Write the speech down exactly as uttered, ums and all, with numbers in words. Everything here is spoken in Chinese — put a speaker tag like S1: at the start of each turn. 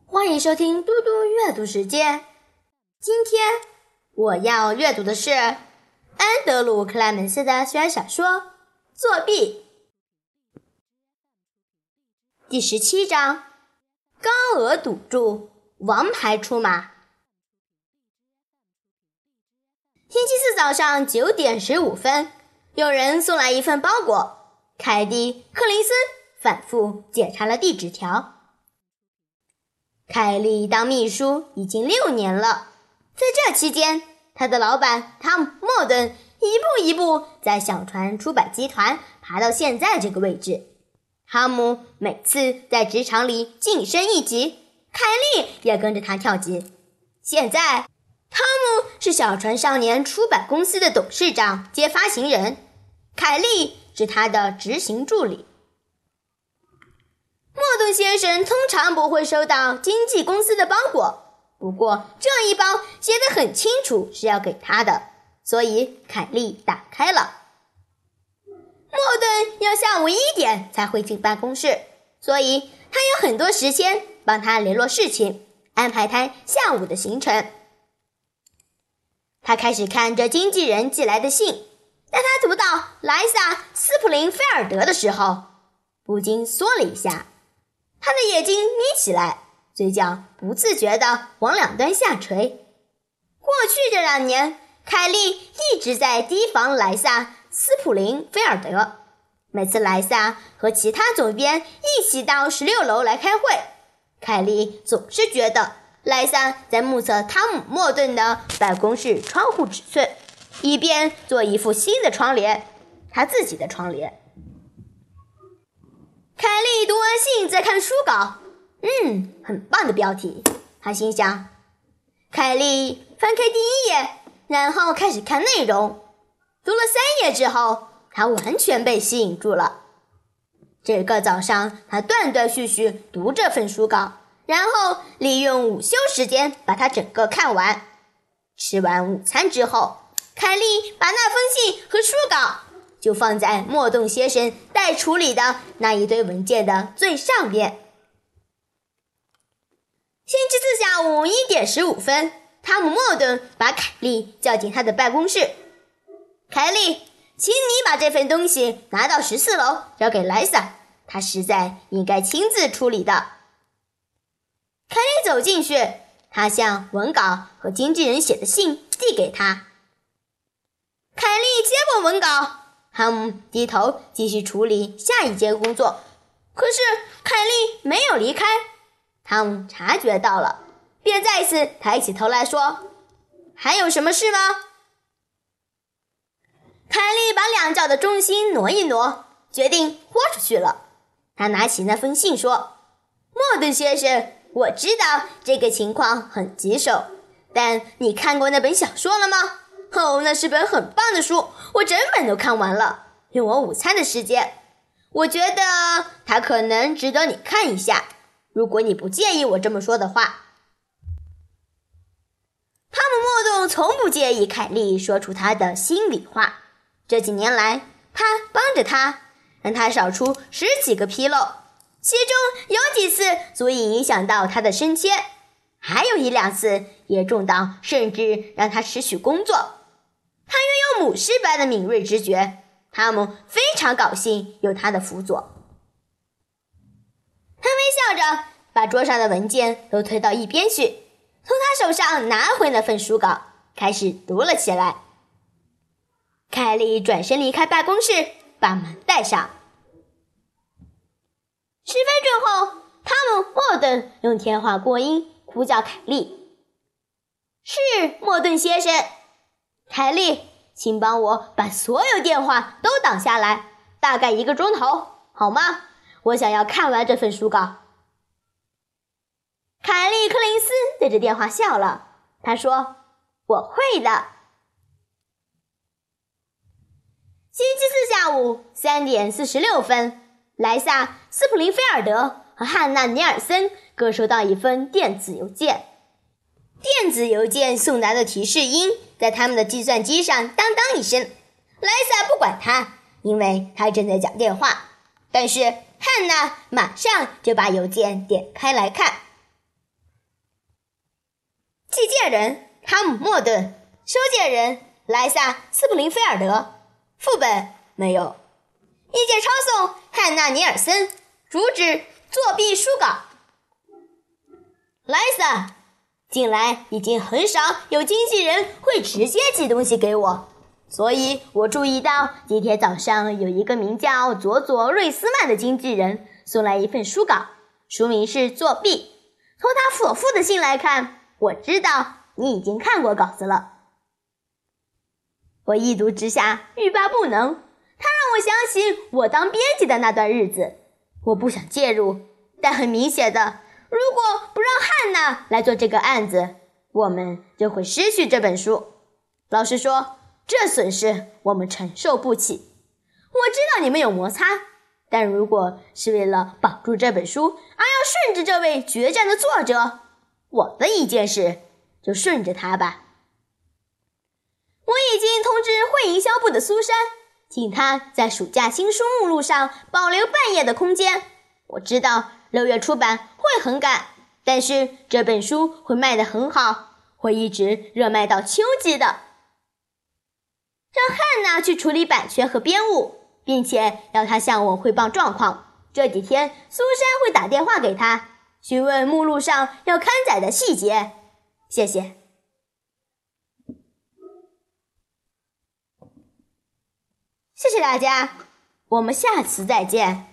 S1: 欢迎收听嘟嘟阅读时间。今天我要阅读的是安德鲁·克莱门斯的悬小说《作弊》第十七章：高额赌注，王牌出马。星期四早上九点十五分，有人送来一份包裹。凯蒂·克林森反复检查了递纸条。凯莉当秘书已经六年了，在这期间，他的老板汤姆·莫顿一步一步在小船出版集团爬到现在这个位置。汤姆每次在职场里晋升一级，凯莉也跟着他跳级。现在，汤姆是小船少年出版公司的董事长兼发行人，凯莉是他的执行助理。莫顿先生通常不会收到经纪公司的包裹，不过这一包写得很清楚是要给他的，所以凯莉打开了。莫顿要下午一点才会进办公室，所以他有很多时间帮他联络事情，安排他下午的行程。他开始看着经纪人寄来的信，当他读到莱萨·斯普林菲尔德的时候，不禁缩了一下。他的眼睛眯起来，嘴角不自觉地往两端下垂。过去这两年，凯莉一直在提防莱萨·斯普林菲尔德。每次莱萨和其他总编一起到十六楼来开会，凯莉总是觉得莱萨在目测汤姆·莫顿的办公室窗户尺寸，以便做一副新的窗帘，他自己的窗帘。凯莉读完信再看书稿，嗯，很棒的标题，她心想。凯莉翻开第一页，然后开始看内容。读了三页之后，她完全被吸引住了。这个早上，她断断续续读这份书稿，然后利用午休时间把它整个看完。吃完午餐之后，凯莉把那封信和书稿就放在莫顿先生待处理的那一堆文件的最上边。星期四下午一点十五分，汤姆·莫顿把凯莉叫进他的办公室。凯莉，请你把这份东西拿到十四楼交给莱萨，他实在应该亲自处理的。凯莉走进去，他将文稿和经纪人写的信递给他。凯莉接过文稿，汤姆低头继续处理下一件工作，可是凯莉没有离开。汤姆察觉到了，便再次抬起头来说：“还有什么事吗？”凯莉把两脚的重心挪一挪，决定豁出去了。他拿起那封信说：“莫顿先生，我知道这个情况很棘手，但你看过那本小说了吗？哦，那是本很棒的书，我整本都看完了，用我午餐的时间。我觉得它可能值得你看一下，如果你不介意我这么说的话。”汤姆·莫顿从不介意凯莉说出他的心里话。这几年来，他帮着他，让他少出十几个纰漏，其中有几次足以影响到他的升迁，还有一两次严重到甚至让他失去工作。他拥有母狮般的敏锐直觉，汤姆非常高兴有他的辅佐。他微笑着把桌上的文件都推到一边去，从他手上拿回那份书稿，开始读了起来。凯莉转身离开办公室，把门带上。十分钟后，汤姆·莫顿用电话过音呼叫凯莉：“是莫顿先生。凯莉，请帮我把所有电话都挡下来，大概一个钟头，好吗？我想要看完这份书稿。”凯莉·克林斯对着电话笑了，他说：“我会的。”星期四下午三点四十六分，莱萨·斯普林菲尔德和汉娜·尼尔森各收到一封电子邮件。电子邮件送达的提示音在他们的计算机上当当一声。莱萨不管他，因为他正在讲电话，但是汉娜马上就把邮件点开来看。 寄件人汤姆·莫顿，收件人莱萨·斯普林菲尔德，副本没有。意见抄送汉娜·尼尔森，主旨作弊书稿。莱萨，近来已经很少有经纪人会直接寄东西给我，所以我注意到今天早上有一个名叫佐佐·瑞斯曼的经纪人送来一份书稿，书名是作弊。从他所附的信来看，我知道你已经看过稿子了。我一读之下欲罢不能，他让我想起我当编辑的那段日子。我不想介入，但很明显的，如果不让汉娜来做这个案子，我们就会失去这本书。老实说，这损失我们承受不起。我知道你们有摩擦，但如果是为了保住这本书而要顺着这位决战的作者，我的意见是，就顺着他吧。我已经通知会营销部的苏珊，请他在暑假新书目录上保留半页的空间。我知道六月出版会很赶，但是这本书会卖得很好，会一直热卖到秋季的。让汉娜去处理版权和编务，并且要他向我汇报状况。这几天苏珊会打电话给他，询问目录上要刊载的细节。谢谢。谢谢大家，我们下次再见。